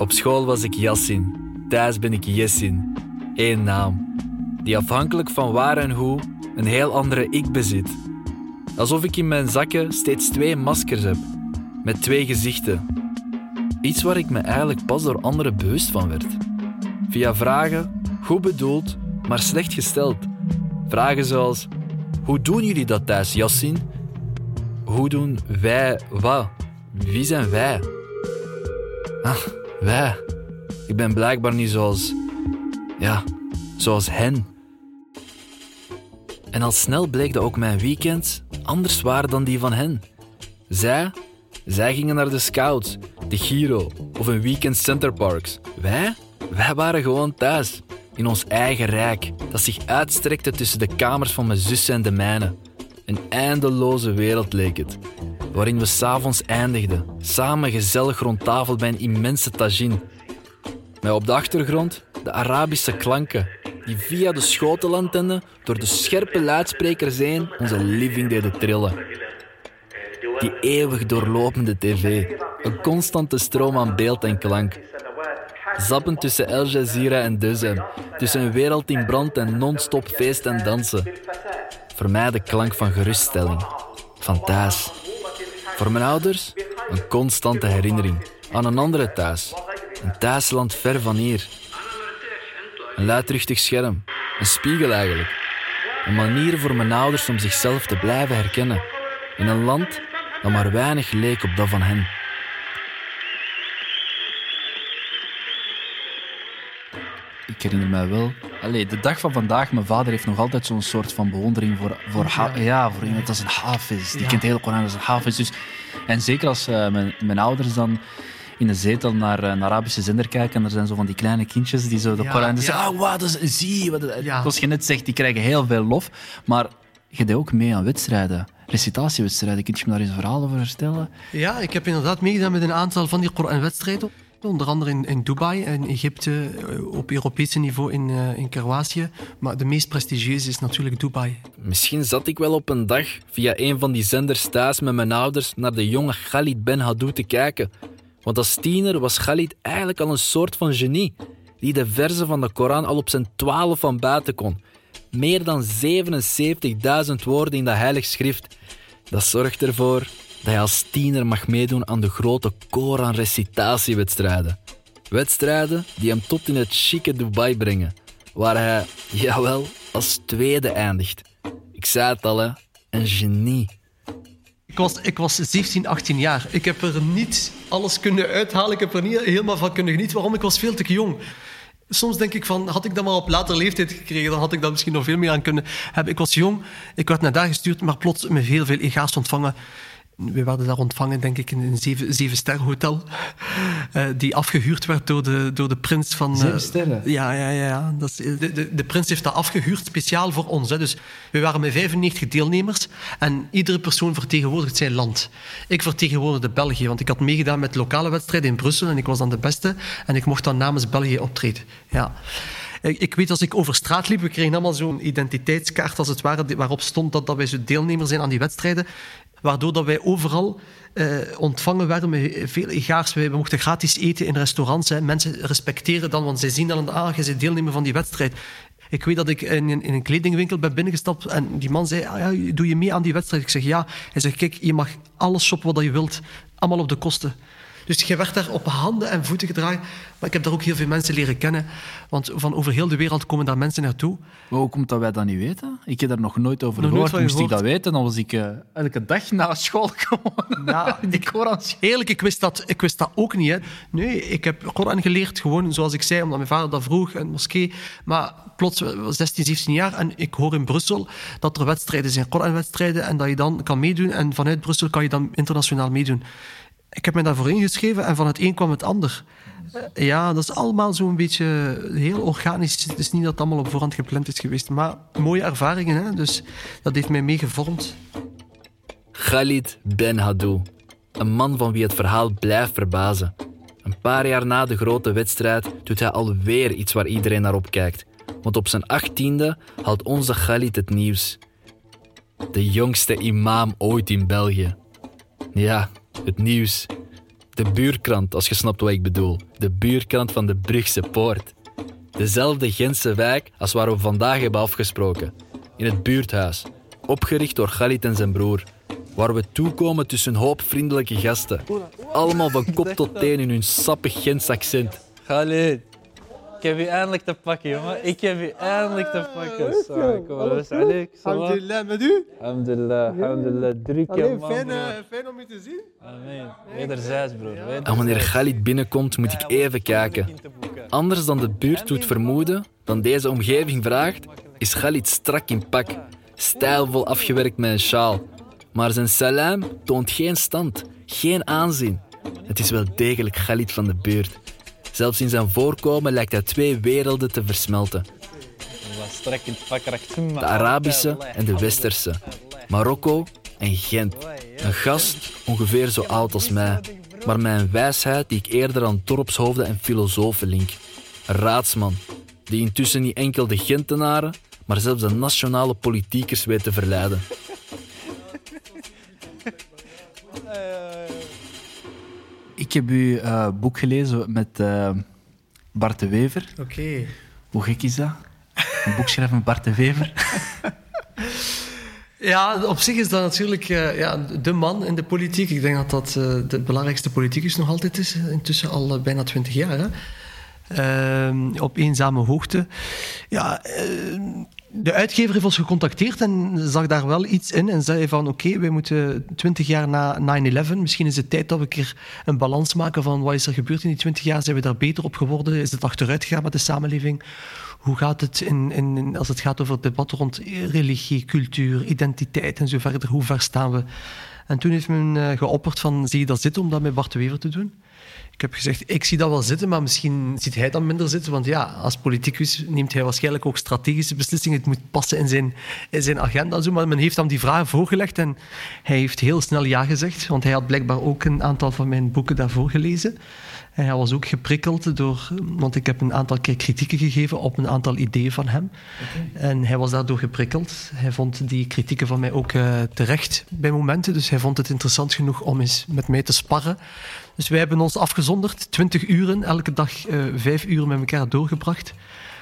Op school was ik Yassin. Thuis ben ik Yessin. 1 naam. Die afhankelijk van waar en hoe een heel andere ik bezit. Alsof ik in mijn zakken steeds 2 maskers heb. Met 2 gezichten. Iets waar ik me eigenlijk pas door anderen bewust van werd. Via vragen, goed bedoeld, maar slecht gesteld. Vragen zoals: hoe doen jullie dat thuis, Yassin? Hoe doen wij wat? Wie zijn wij? Wij. Ik ben blijkbaar niet zoals hen. En al snel bleek dat ook mijn weekends anders waren dan die van hen. Zij gingen naar de Scouts, de Giro of een weekend Centerparks. Wij waren gewoon thuis, in ons eigen rijk, dat zich uitstrekte tussen de kamers van mijn zussen en de mijne. Een eindeloze wereld leek het, waarin we 's avonds eindigden, samen gezellig rond tafel bij een immense tagine. Met op de achtergrond de Arabische klanken, die via de schotelantenne door de scherpe luidsprekers heen onze living deden trillen. Die eeuwig doorlopende tv, een constante stroom aan beeld en klank. Zappend tussen Al Jazeera en Deuxem, tussen een wereld in brand en non-stop feest en dansen. Voor mij de klank van geruststelling, van thuis. Voor mijn ouders een constante herinnering aan een andere thuis. Een thuisland ver van hier. Een luidruchtig scherm, een spiegel eigenlijk. Een manier voor mijn ouders om zichzelf te blijven herkennen. In een land dat maar weinig leek op dat van hen. Ik herinner mij wel. De dag van vandaag, mijn vader heeft nog altijd zo'n soort van bewondering voor iemand als een hafiz. Die kent heel Koran als een hafiz. Dus, en zeker als mijn ouders dan in de zetel naar een Arabische zender kijken en er zijn zo van die kleine kindjes die zo de Koran zeggen, zoals je net zegt, die krijgen heel veel lof. Maar je deed ook mee aan wedstrijden, recitatiewedstrijden. Kun je me daar eens een verhaal over vertellen? Ja, ik heb inderdaad meegedaan met een aantal van die Koran-wedstrijden. Onder andere in Dubai, in Egypte, op Europese niveau in Kroatië. Maar de meest prestigieuze is natuurlijk Dubai. Misschien zat ik wel op een dag via een van die zenders thuis met mijn ouders naar de jonge Khalid Ben Haddou te kijken. Want als tiener was Khalid eigenlijk al een soort van genie, die de verzen van de Koran al op zijn 12 van buiten kon. Meer dan 77.000 woorden in dat heilig schrift. Dat zorgt ervoor dat je als tiener mag meedoen aan de grote Koran-recitatiewedstrijden. Wedstrijden die hem tot in het chique Dubai brengen, waar hij, als tweede eindigt. Ik zei het al, een genie. Ik was 17, 18 jaar. Ik heb er niet alles kunnen uithalen. Ik heb er niet helemaal van kunnen genieten. Waarom? Ik was veel te jong. Soms denk ik van, had ik dat maar op latere leeftijd gekregen, dan had ik daar misschien nog veel meer aan kunnen hebben. Ik was jong, ik werd naar daar gestuurd, maar plots met heel veel ega's ontvangen. We werden daar ontvangen, denk ik, in een 7-sterren-hotel. Die afgehuurd werd door de prins van... 7 sterren? Ja. De prins heeft dat afgehuurd, speciaal voor ons. Dus we waren met 95 deelnemers en iedere persoon vertegenwoordigt zijn land. Ik vertegenwoordigde België, want ik had meegedaan met lokale wedstrijden in Brussel en ik was dan de beste en ik mocht dan namens België optreden. Ja. Ik weet, als ik over straat liep, we kregen allemaal zo'n identiteitskaart, als het ware, waarop stond dat wij zo deelnemer zijn aan die wedstrijden. Waardoor dat wij overal ontvangen werden met veel egaars. We mochten gratis eten in restaurants. Mensen respecteren dan, want zij zien dan je bent deelnemer van die wedstrijd. Ik weet dat ik in een kledingwinkel ben binnengestapt en die man zei, doe je mee aan die wedstrijd? Ik zeg ja. Hij zegt, kijk, je mag alles shoppen wat je wilt. Allemaal op de kosten. Dus je werd daar op handen en voeten gedragen. Maar ik heb daar ook heel veel mensen leren kennen. Want van over heel de wereld komen daar mensen naartoe. Maar hoe komt dat wij dat niet weten? Ik heb daar nog nooit over gehoord. Moest ik dat weten, dan was ik elke dag na school gewoon. Ja, eerlijk, ik wist dat ook niet. Hè. Nee, ik heb Koran geleerd, gewoon zoals ik zei, omdat mijn vader dat vroeg, een moskee. Maar plots, 16, 17 jaar, en ik hoor in Brussel dat er wedstrijden zijn, Koranwedstrijden, en dat je dan kan meedoen. En vanuit Brussel kan je dan internationaal meedoen. Ik heb me daarvoor ingeschreven en van het een kwam het ander. Ja, dat is allemaal zo'n beetje heel organisch. Het is niet dat het allemaal op voorhand gepland is geweest. Maar mooie ervaringen, hè? Dus dat heeft mij mee gevormd. Khalid Ben Haddou. Een man van wie het verhaal blijft verbazen. Een paar jaar na de grote wedstrijd doet hij alweer iets waar iedereen naar opkijkt. Want op zijn 18e haalt onze Khalid het nieuws. De jongste imam ooit in België. Ja, het nieuws. De buurkrant, als je snapt wat ik bedoel. De buurkrant van de Brugse Poort. Dezelfde Gentse wijk als waar we vandaag hebben afgesproken. In het buurthuis. Opgericht door Khalid en zijn broer. Waar we toekomen tussen een hoop vriendelijke gasten. Allemaal van kop tot teen in hun sappig Gents accent. Khalid, ik heb je eindelijk te pakken, jongen. Ik heb je eindelijk te pakken. Kom maar, rustig. Alhamdulillah, met u? Alhamdulillah. Druk, man. Fijn om u te zien. Amen. Wederzijds, broer. En wanneer Khalid binnenkomt, moet ik even kijken. Anders dan de buurt doet vermoeden, dan deze omgeving vraagt, is Khalid strak in pak. Stijlvol afgewerkt met een sjaal. Maar zijn salam toont geen stand, geen aanzien. Het is wel degelijk Khalid van de buurt. Zelfs in zijn voorkomen lijkt hij 2 werelden te versmelten. De Arabische en de Westerse. Marokko en Gent. Een gast ongeveer zo oud als mij, maar met een wijsheid die ik eerder aan dorpshoofden en filosofen link. Een raadsman, die intussen niet enkel de Gentenaren, maar zelfs de nationale politiekers weet te verleiden. Ik heb uw boek gelezen met Bart de Wever. Oké. Hoe gek is dat? Een boek schrijven met Bart de Wever? Ja, op zich is dat natuurlijk de man in de politiek. Ik denk dat dat de belangrijkste politicus nog altijd is. Intussen al bijna 20 jaar. Hè? Op eenzame hoogte. Ja, de uitgever heeft ons gecontacteerd en zag daar wel iets in. En zei van oké, wij moeten 20 jaar na 9/11. Misschien is het tijd dat we een keer een balans maken van wat is er gebeurd in die 20 jaar. Zijn we daar beter op geworden? Is het achteruit gegaan met de samenleving? Hoe gaat het als het gaat over het debat rond religie, cultuur, identiteit en zo verder? Hoe ver staan we? En toen heeft men geopperd van, zie je dat zitten om dat met Bart de Wever te doen? Ik heb gezegd, ik zie dat wel zitten, maar misschien ziet hij dat minder zitten. Want ja, als politicus neemt hij waarschijnlijk ook strategische beslissingen. Het moet passen in zijn agenda. En zo. Maar men heeft hem die vraag voorgelegd en hij heeft heel snel ja gezegd. Want hij had blijkbaar ook een aantal van mijn boeken daarvoor gelezen. En hij was ook geprikkeld door... Want ik heb een aantal keer kritieken gegeven op een aantal ideeën van hem. Okay. En hij was daardoor geprikkeld. Hij vond die kritieken van mij ook terecht bij momenten. Dus hij vond het interessant genoeg om eens met mij te sparren. Dus wij hebben ons afgezonderd. 20 uren, elke dag 5 uur met elkaar doorgebracht.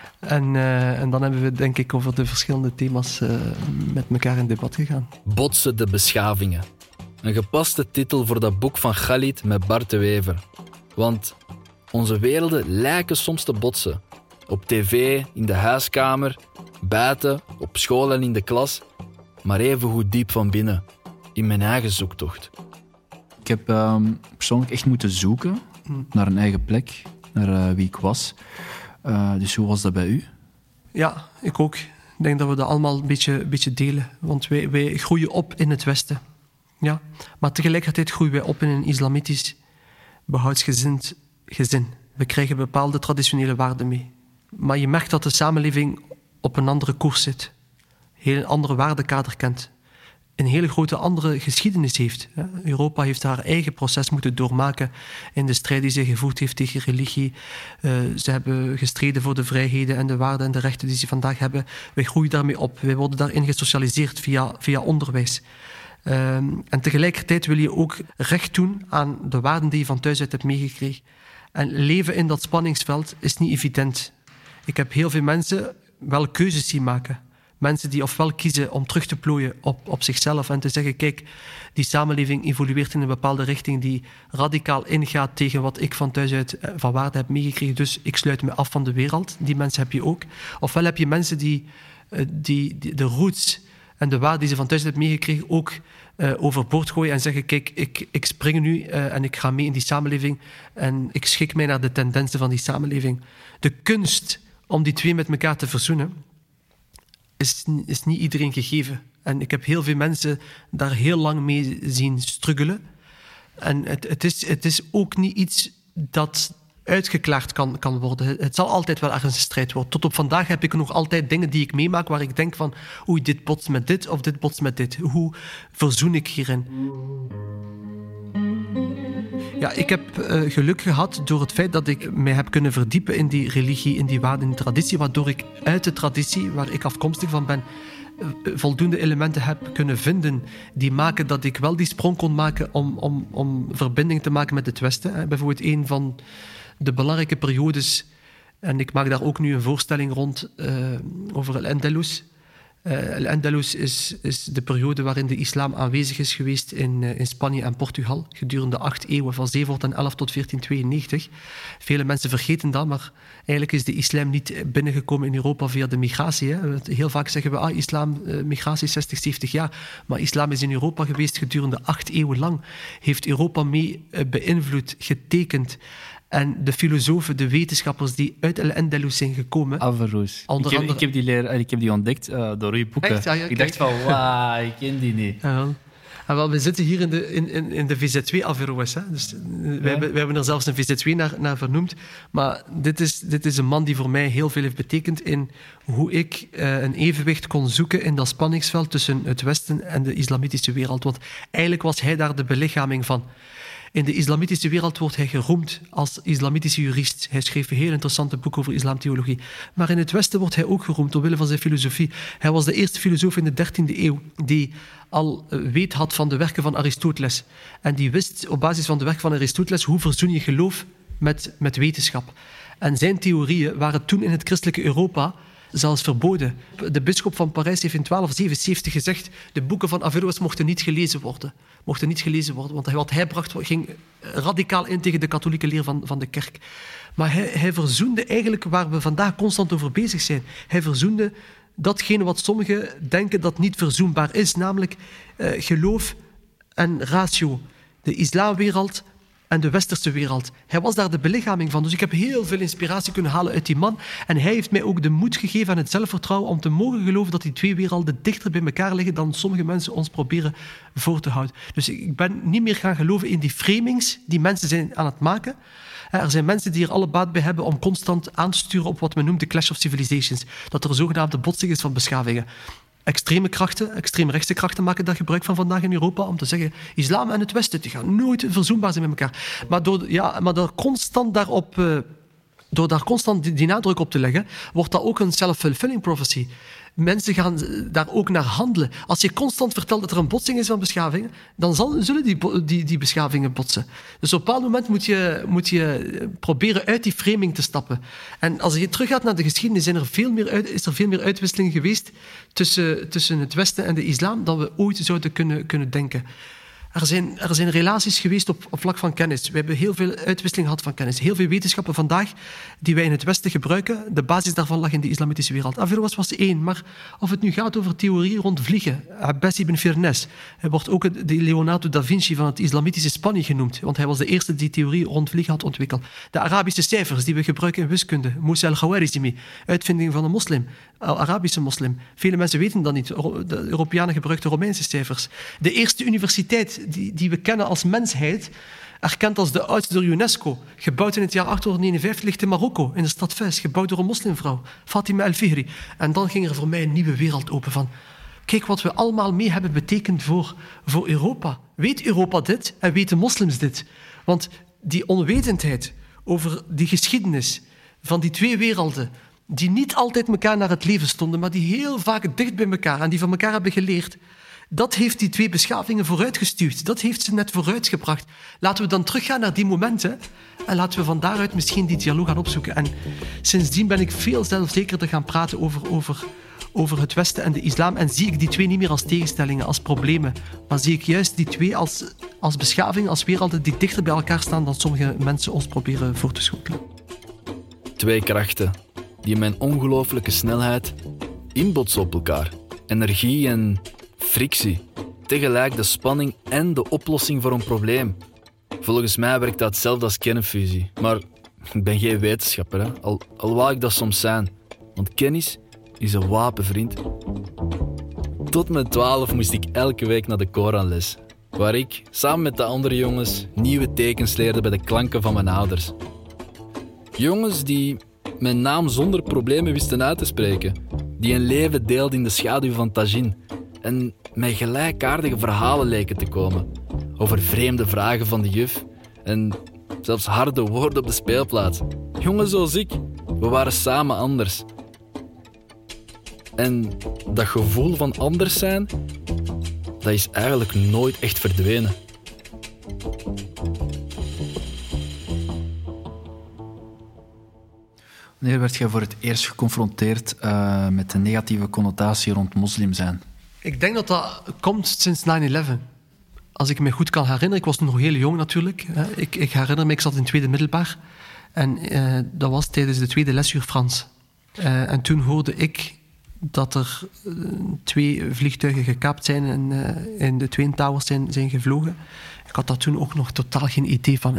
En dan hebben we, denk ik, over de verschillende thema's met elkaar in debat gegaan. Botsen de beschavingen. Een gepaste titel voor dat boek van Khalid met Bart de Wever. Want onze werelden lijken soms te botsen. Op tv, in de huiskamer, buiten, op school en in de klas. Maar even goed diep van binnen. In mijn eigen zoektocht. Ik heb persoonlijk echt moeten zoeken naar een eigen plek. Naar wie ik was. Dus hoe was dat bij u? Ja, ik ook. Ik denk dat we dat allemaal een beetje delen. Want wij groeien op in het Westen. Ja. Maar tegelijkertijd groeien wij op in een islamitisch behoudsgezind gezin. We krijgen bepaalde traditionele waarden mee. Maar je merkt dat de samenleving op een andere koers zit. Een heel andere waardekader kent. Een hele grote andere geschiedenis heeft. Europa heeft haar eigen proces moeten doormaken in de strijd die ze gevoerd heeft tegen religie. Ze hebben gestreden voor de vrijheden en de waarden en de rechten die ze vandaag hebben. Wij groeien daarmee op. Wij worden daarin gesocialiseerd via onderwijs. En tegelijkertijd wil je ook recht doen aan de waarden die je van thuis uit hebt meegekregen. En leven in dat spanningsveld is niet evident. Ik heb heel veel mensen wel keuzes zien maken. Mensen die ofwel kiezen om terug te plooien op zichzelf en te zeggen, kijk, die samenleving evolueert in een bepaalde richting die radicaal ingaat tegen wat ik van thuis uit van waarde heb meegekregen, dus ik sluit me af van de wereld. Die mensen heb je ook. Ofwel heb je mensen die de roots en de waarden die ze van thuis hebben meegekregen ook overboord gooien en zeggen, kijk, ik spring nu en ik ga mee in die samenleving en ik schik mij naar de tendensen van die samenleving. De kunst om die twee met elkaar te verzoenen is niet iedereen gegeven. En ik heb heel veel mensen daar heel lang mee zien struggelen. En het is ook niet iets dat uitgeklaard kan worden. Het zal altijd wel ergens een strijd worden. Tot op vandaag heb ik nog altijd dingen die ik meemaak waar ik denk van oei, dit botst met dit of dit botst met dit. Hoe verzoen ik hierin? Ja, ik heb geluk gehad door het feit dat ik mij heb kunnen verdiepen in die religie, in die waarden, in die traditie, waardoor ik uit de traditie waar ik afkomstig van ben voldoende elementen heb kunnen vinden die maken dat ik wel die sprong kon maken om verbinding te maken met het Westen. Bijvoorbeeld een van de belangrijke periodes, en ik maak daar ook nu een voorstelling rond over Al-Andalus. Al-Andalus is de periode waarin de islam aanwezig is geweest in Spanje en Portugal gedurende 8 eeuwen, van 711 tot 1492. Vele mensen vergeten dat, maar eigenlijk is de islam niet binnengekomen in Europa via de migratie. Hè. Heel vaak zeggen we, islam, migratie 60, 70 jaar. Maar islam is in Europa geweest gedurende 8 eeuwen lang. Heeft Europa mee beïnvloed, getekend. En de filosofen, de wetenschappers die uit Al-Andalus zijn gekomen... Averroes. Ik heb die ontdekt door uw boeken. Echt? Ja, ik dacht van, wauw, ik ken die niet. Wel, we zitten hier in de VZ2 Averroes. Hè? Dus, we hebben er zelfs een VZ2 naar vernoemd. Maar dit is een man die voor mij heel veel heeft betekend in hoe ik een evenwicht kon zoeken in dat spanningsveld tussen het Westen en de islamitische wereld. Want eigenlijk was hij daar de belichaming van. In de islamitische wereld wordt hij geroemd als islamitische jurist. Hij schreef een heel interessante boek over islamtheologie. Maar in het Westen wordt hij ook geroemd omwille van zijn filosofie. Hij was de eerste filosoof in de 13e eeuw die al weet had van de werken van Aristoteles. En die wist op basis van de werken van Aristoteles hoe verzoen je geloof met wetenschap. En zijn theorieën waren toen in het christelijke Europa zelfs verboden. De bisschop van Parijs heeft in 1277 gezegd de boeken van Averroes mochten niet gelezen worden, want wat hij bracht ging radicaal in tegen de katholieke leer van de kerk. Maar hij verzoende eigenlijk waar we vandaag constant over bezig zijn. Hij verzoende datgene wat sommigen denken dat niet verzoenbaar is, namelijk geloof en ratio. De islamwereld en de westerse wereld. Hij was daar de belichaming van. Dus ik heb heel veel inspiratie kunnen halen uit die man. En hij heeft mij ook de moed gegeven en het zelfvertrouwen om te mogen geloven dat die twee werelden dichter bij elkaar liggen dan sommige mensen ons proberen voor te houden. Dus ik ben niet meer gaan geloven in die framings die mensen zijn aan het maken. Er zijn mensen die er alle baat bij hebben om constant aan te sturen op wat men noemt de clash of civilizations. Dat er een zogenaamde botsing is van beschavingen. Extreme krachten, extreemrechtse krachten maken daar gebruik van vandaag in Europa om te zeggen, islam en het Westen die gaan nooit verzoenbaar zijn met elkaar. Maar door daar constant die nadruk op te leggen, wordt dat ook een self-fulfilling prophecy. Mensen gaan daar ook naar handelen. Als je constant vertelt dat er een botsing is van beschavingen, dan zullen die beschavingen botsen. Dus op een bepaald moment moet je proberen uit die framing te stappen. En als je teruggaat naar de geschiedenis, is er veel meer uitwisseling geweest tussen het Westen en de islam dan we ooit zouden kunnen denken. Er zijn relaties geweest op vlak van kennis. We hebben heel veel uitwisseling gehad van kennis. Heel veel wetenschappen vandaag die wij in het Westen gebruiken. De basis daarvan lag in de islamitische wereld. Averroes was één, maar of het nu gaat over theorieën rond vliegen. Abbas ibn Firnas. Hij wordt ook de Leonardo da Vinci van het islamitische Spanje genoemd. Want hij was de eerste die theorie rond vliegen had ontwikkeld. De Arabische cijfers die we gebruiken in wiskunde. Musa al-Khwarizmi. Uitvinding van een moslim. Arabische moslim. Vele mensen weten dat niet. De Europeanen gebruikten Romeinse cijfers. De eerste universiteit die we kennen als mensheid, erkend als de oudste door UNESCO, gebouwd in het jaar 859, ligt in Marokko, in de stad Fez, gebouwd door een moslimvrouw, Fatima el-Fihri. En dan ging er voor mij een nieuwe wereld open van, kijk wat we allemaal mee hebben betekend voor Europa. Weet Europa dit en weten moslims dit? Want die onwetendheid over die geschiedenis van die twee werelden, die niet altijd elkaar naar het leven stonden, maar die heel vaak dicht bij elkaar en die van elkaar hebben geleerd, dat heeft die twee beschavingen vooruitgestuurd. Dat heeft ze net vooruitgebracht. Laten we dan teruggaan naar die momenten en laten we van daaruit misschien die dialoog gaan opzoeken. En sindsdien ben ik veel zelfzekerder gaan praten over het Westen en de islam en zie ik die twee niet meer als tegenstellingen, als problemen, maar zie ik juist die twee als beschavingen, als werelden die dichter bij elkaar staan dan sommige mensen ons proberen voor te schotelen. Twee krachten die met ongelooflijke snelheid inbotsen op elkaar. Energie en frictie. Tegelijk de spanning en de oplossing voor een probleem. Volgens mij werkt dat hetzelfde als kernfusie. Maar ik ben geen wetenschapper, hè? Al wou ik dat soms zijn. Want kennis is een wapen, vriend. Tot mijn 12 moest ik elke week naar de Koranles. Waar ik, samen met de andere jongens, nieuwe tekens leerde bij de klanken van mijn ouders. Jongens die mijn naam zonder problemen wisten uit te spreken. Die een leven deelden in de schaduw van Tajin. En met gelijkaardige verhalen leken te komen. Over vreemde vragen van de juf En zelfs harde woorden op de speelplaats. Jongen zoals ik, we waren samen anders. En dat gevoel van anders zijn, dat is eigenlijk nooit echt verdwenen. Wanneer werd jij voor het eerst geconfronteerd met de negatieve connotatie rond moslim zijn? Ik denk dat dat komt sinds 9/11. Als ik me goed kan herinneren, ik was nog heel jong natuurlijk. Ik herinner me, ik zat in tweede middelbaar. En dat was tijdens de tweede lesuur Frans. En toen hoorde ik dat er 2 vliegtuigen gekaapt zijn en in de Twin Towers zijn gevlogen. Ik had daar toen ook nog totaal geen idee van.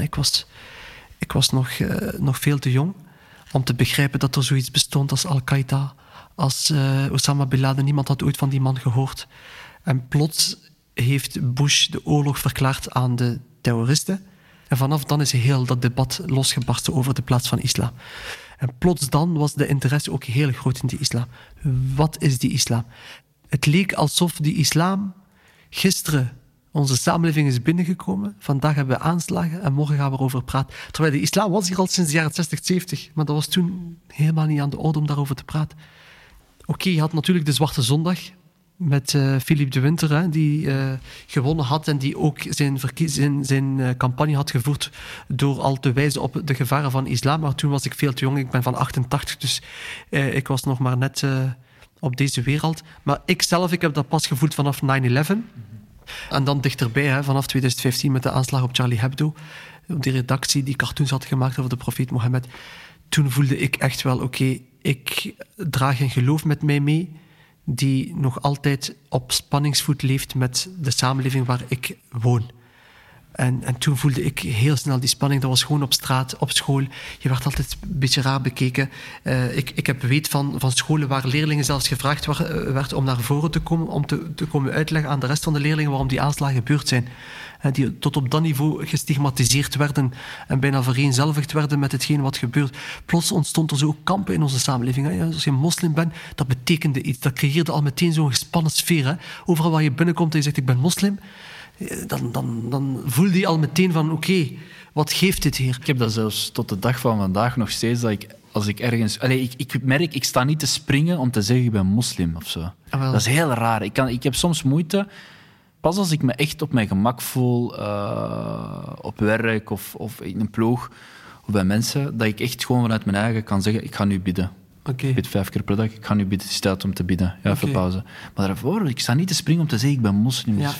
Ik was nog veel te jong om te begrijpen dat er zoiets bestond als Al-Qaeda, als Osama Bin Laden. Niemand had ooit van die man gehoord. En plots heeft Bush de oorlog verklaard aan de terroristen. En vanaf dan is heel dat debat losgebarsten over de plaats van islam. En plots dan was de interesse ook heel groot in die islam. Wat is die islam? Het leek alsof die islam gisteren onze samenleving is binnengekomen. Vandaag hebben we aanslagen en morgen gaan we erover praten. Terwijl de islam was hier al sinds de jaren 60, 70. Maar dat was toen helemaal niet aan de orde om daarover te praten. Oké, je had natuurlijk de Zwarte Zondag met Philippe de Winter, die gewonnen had en die ook zijn campagne had gevoerd door al te wijzen op de gevaren van islam. Maar toen was ik veel te jong. Ik ben van 88, dus ik was nog maar net op deze wereld. Maar ik heb dat pas gevoeld vanaf 9/11. En dan dichterbij, vanaf 2015 met de aanslag op Charlie Hebdo, op die redactie die cartoons had gemaakt over de profeet Mohammed. Toen voelde ik echt wel, oké, ik draag een geloof met mij mee die nog altijd op spanningsvoet leeft met de samenleving waar ik woon. En toen voelde ik heel snel die spanning. Dat was gewoon op straat, op school. Je werd altijd een beetje raar bekeken. Ik heb weet van scholen waar leerlingen zelfs gevraagd werd om naar voren te komen, om te komen uitleggen aan de rest van de leerlingen waarom die aanslagen gebeurd zijn. Die tot op dat niveau gestigmatiseerd werden en bijna vereenzelvigd werden met hetgeen wat gebeurt. Plots ontstond er zo kampen in onze samenleving. Als je een moslim bent, dat betekende iets. Dat creëerde al meteen zo'n gespannen sfeer. Overal waar je binnenkomt en je zegt ik ben moslim, dan voelde je al meteen van oké, wat geeft dit hier? Ik heb dat zelfs tot de dag van vandaag nog steeds, dat als ik ergens... Ik merk, ik sta niet te springen om te zeggen ik ben moslim of zo. Dat is heel raar. Ik heb soms moeite, pas als ik me echt op mijn gemak voel, op werk of in een ploeg of bij mensen, dat ik echt gewoon vanuit mijn eigen kan zeggen ik ga nu bidden. Okay. Ik bid 5 keer per dag, ik ga nu bidden, het is tijd om te bidden. Ja, even pauze. Maar daarvoor, ik sta niet te springen om te zeggen ik ben moslim. Ja,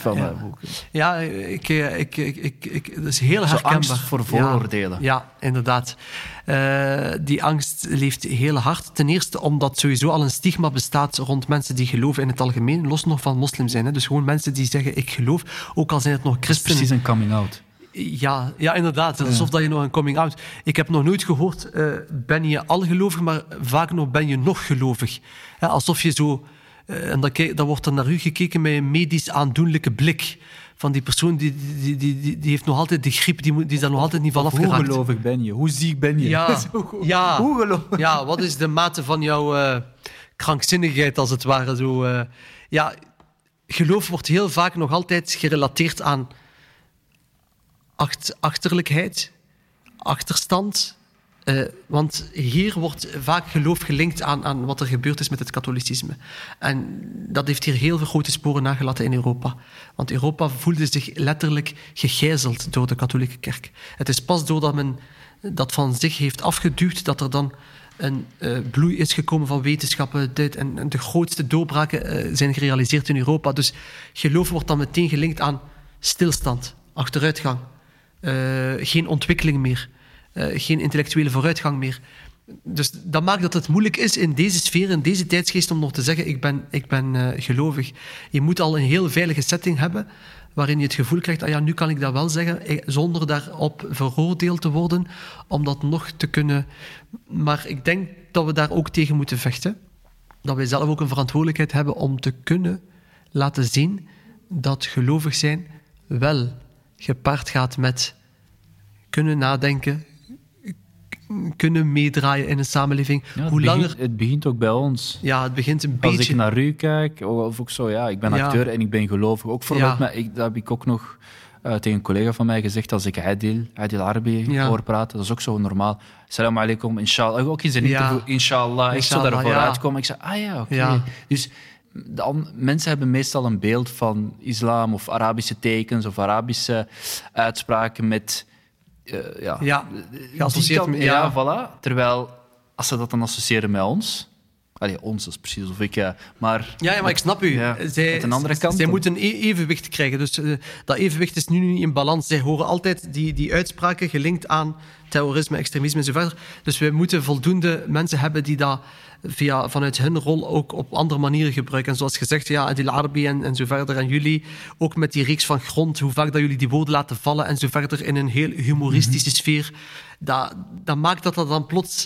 dat is heel herkenbaar. Angst voor vooroordelen. Ja, inderdaad. Die angst leeft heel hard. Ten eerste omdat sowieso al een stigma bestaat rond mensen die geloven in het algemeen, los nog van moslim zijn. Hè. Dus gewoon mensen die zeggen ik geloof, ook al zijn het nog christenen. Precies een coming-out. Ja, inderdaad. Het is alsof dat je nog een coming-out... Ik heb nog nooit gehoord, ben je al gelovig, maar vaak nog ben je nog gelovig. Alsof je zo... En dan wordt er naar u gekeken met een medisch aandoenlijke blik. Van die persoon, die heeft nog altijd de griep, die is daar nog altijd niet van afgeraakt. Hoe gelovig ben je? Hoe ziek ben je? Hoe gelovig? Ja, wat is de mate van jouw krankzinnigheid, als het ware? Zo, geloof wordt heel vaak nog altijd gerelateerd aan achterlijkheid, achterstand. Want hier wordt vaak geloof gelinkt aan wat er gebeurd is met het katholicisme. En dat heeft hier heel veel grote sporen nagelaten in Europa. Want Europa voelde zich letterlijk gegijzeld door de katholieke kerk. Het is pas doordat men dat van zich heeft afgeduwd dat er dan een bloei is gekomen van wetenschappen en de grootste doorbraken zijn gerealiseerd in Europa. Dus geloof wordt dan meteen gelinkt aan stilstand, achteruitgang. Geen ontwikkeling meer. Geen intellectuele vooruitgang meer. Dus dat maakt dat het moeilijk is in deze sfeer, in deze tijdsgeest, om nog te zeggen ik ben gelovig. Je moet al een heel veilige setting hebben waarin je het gevoel krijgt, nu kan ik dat wel zeggen, zonder daarop veroordeeld te worden, om dat nog te kunnen. Maar ik denk dat we daar ook tegen moeten vechten. Dat wij zelf ook een verantwoordelijkheid hebben om te kunnen laten zien dat gelovig zijn wel gepaard gaat met kunnen nadenken, kunnen meedraaien in een samenleving. Ja, het begint ook bij ons. Ja, het begint een beetje... Als ik naar u kijk, of ook zo, ik ben acteur en ik ben gelovig. Ook voorbeeld, dat heb ik ook nog tegen een collega van mij gezegd als ik Adil Arabi hoor praten. Dat is ook zo normaal. Salam alaikum, inshallah. Ook in zijn interview, inshallah. Ik zou daarvoor uitkomen. Ik zei, oké. Ja. Dus mensen hebben meestal een beeld van islam of Arabische tekens of Arabische uitspraken met... geassocieerd met... Ja, voilà. Terwijl, als ze dat dan associëren met ons... ons is precies of ik... maar ik snap u. Zij moeten evenwicht krijgen. Dus dat evenwicht is nu niet in balans. Zij horen altijd die uitspraken gelinkt aan terrorisme, extremisme en zo verder. Dus we moeten voldoende mensen hebben die dat vanuit hun rol ook op andere manieren gebruiken. En zoals gezegd, Adil Arabi en zo verder. En jullie, ook met die reeks van Grond, hoe vaak dat jullie die woorden laten vallen en zo verder in een heel humoristische sfeer. Dat maakt dat dan plots...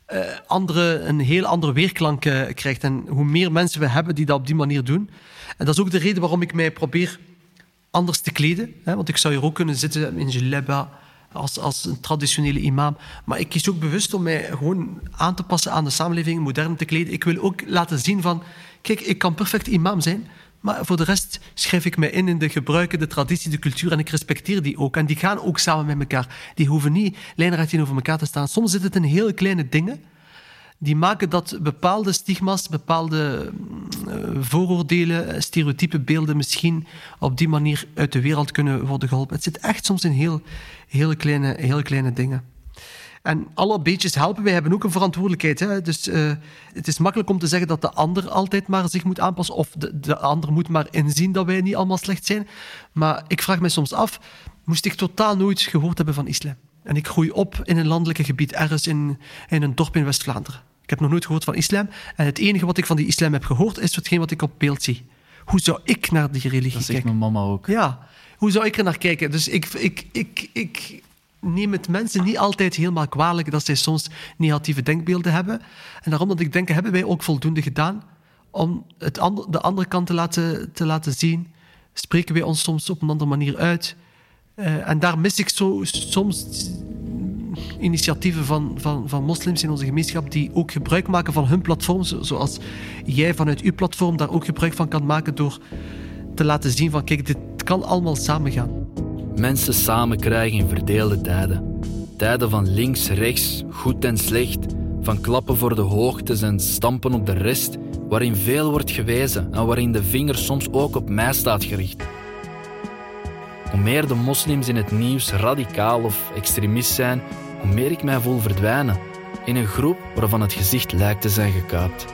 een heel andere weerklank krijgt. En hoe meer mensen we hebben die dat op die manier doen. En dat is ook de reden waarom ik mij probeer anders te kleden. Want ik zou hier ook kunnen zitten in jalaba als een traditionele imam. Maar ik kies ook bewust om mij gewoon aan te passen aan de samenleving, modern te kleden. Ik wil ook laten zien van... Kijk, ik kan perfect imam zijn... Maar voor de rest schrijf ik mij in de gebruiken, de traditie, de cultuur en ik respecteer die ook. En die gaan ook samen met elkaar. Die hoeven niet lijnrecht tegenover elkaar te staan. Soms zit het in hele kleine dingen die maken dat bepaalde stigma's, bepaalde vooroordelen, stereotype beelden misschien op die manier uit de wereld kunnen worden geholpen. Het zit echt soms in hele kleine dingen. En alle beetjes helpen. Wij hebben ook een verantwoordelijkheid. Hè? Dus het is makkelijk om te zeggen dat de ander altijd maar zich moet aanpassen of de ander moet maar inzien dat wij niet allemaal slecht zijn. Maar ik vraag me soms af, moest ik totaal nooit gehoord hebben van islam? En ik groei op in een landelijke gebied, ergens in een dorp in West-Vlaanderen. Ik heb nog nooit gehoord van islam. En het enige wat ik van die islam heb gehoord, is hetgeen wat ik op beeld zie. Hoe zou ik naar die religie kijken? Dat zegt mijn mama ook. Ja, hoe zou ik er naar kijken? Dus ik neem het mensen niet altijd helemaal kwalijk dat zij soms negatieve denkbeelden hebben. En daarom dat ik denk, hebben wij ook voldoende gedaan om de andere kant te laten zien. Spreken wij ons soms op een andere manier uit. En daar mis ik soms initiatieven van moslims in onze gemeenschap die ook gebruik maken van hun platform, zoals jij vanuit uw platform daar ook gebruik van kan maken door te laten zien van kijk, dit kan allemaal samengaan. Mensen samen krijgen in verdeelde tijden. Tijden van links, rechts, goed en slecht, van klappen voor de hoogtes en stampen op de rest, waarin veel wordt gewezen en waarin de vinger soms ook op mij staat gericht. Hoe meer de moslims in het nieuws radicaal of extremist zijn, hoe meer ik mij voel verdwijnen in een groep waarvan het gezicht lijkt te zijn gekaapt.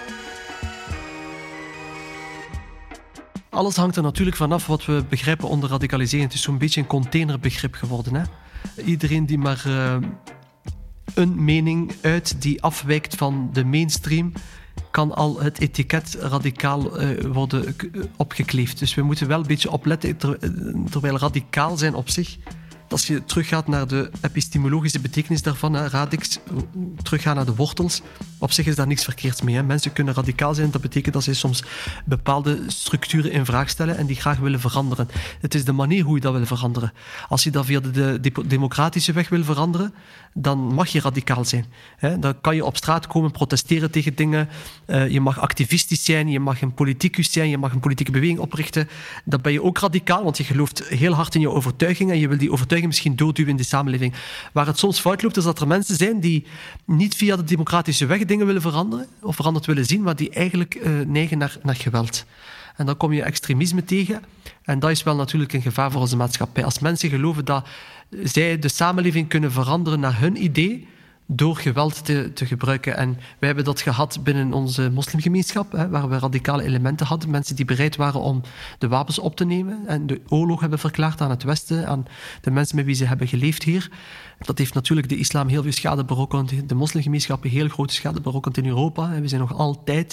Alles hangt er natuurlijk vanaf wat we begrijpen onder radicalisering. Het is zo'n beetje een containerbegrip geworden. Hè? Iedereen die maar een mening uit die afwijkt van de mainstream, kan al het etiket radicaal worden opgekleefd. Dus we moeten wel een beetje opletten, terwijl radicaal zijn op zich, als je teruggaat naar de epistemologische betekenis daarvan, radix, teruggaan naar de wortels, op zich is daar niks verkeerds mee. Hè. Mensen kunnen radicaal zijn, dat betekent dat zij soms bepaalde structuren in vraag stellen en die graag willen veranderen. Het is de manier hoe je dat wil veranderen. Als je dat via de democratische weg wil veranderen, dan mag je radicaal zijn. Hè. Dan kan je op straat komen, protesteren tegen dingen, je mag activistisch zijn, je mag een politicus zijn, je mag een politieke beweging oprichten. Dan ben je ook radicaal, want je gelooft heel hard in je overtuiging en je wil die overtuiging misschien doorduwen in de samenleving. Waar het soms fout loopt, is dat er mensen zijn die niet via de democratische weg dingen willen veranderen of veranderd willen zien, maar die eigenlijk neigen naar geweld. En dan kom je extremisme tegen. En dat is wel natuurlijk een gevaar voor onze maatschappij. Als mensen geloven dat zij de samenleving kunnen veranderen naar hun idee door geweld te gebruiken. En wij hebben dat gehad binnen onze moslimgemeenschap, waar we radicale elementen hadden. Mensen die bereid waren om de wapens op te nemen en de oorlog hebben verklaard aan het Westen, aan de mensen met wie ze hebben geleefd hier. Dat heeft natuurlijk de islam heel veel schade berokkend, de moslimgemeenschap heel grote schade berokkend in Europa. En we zijn nog altijd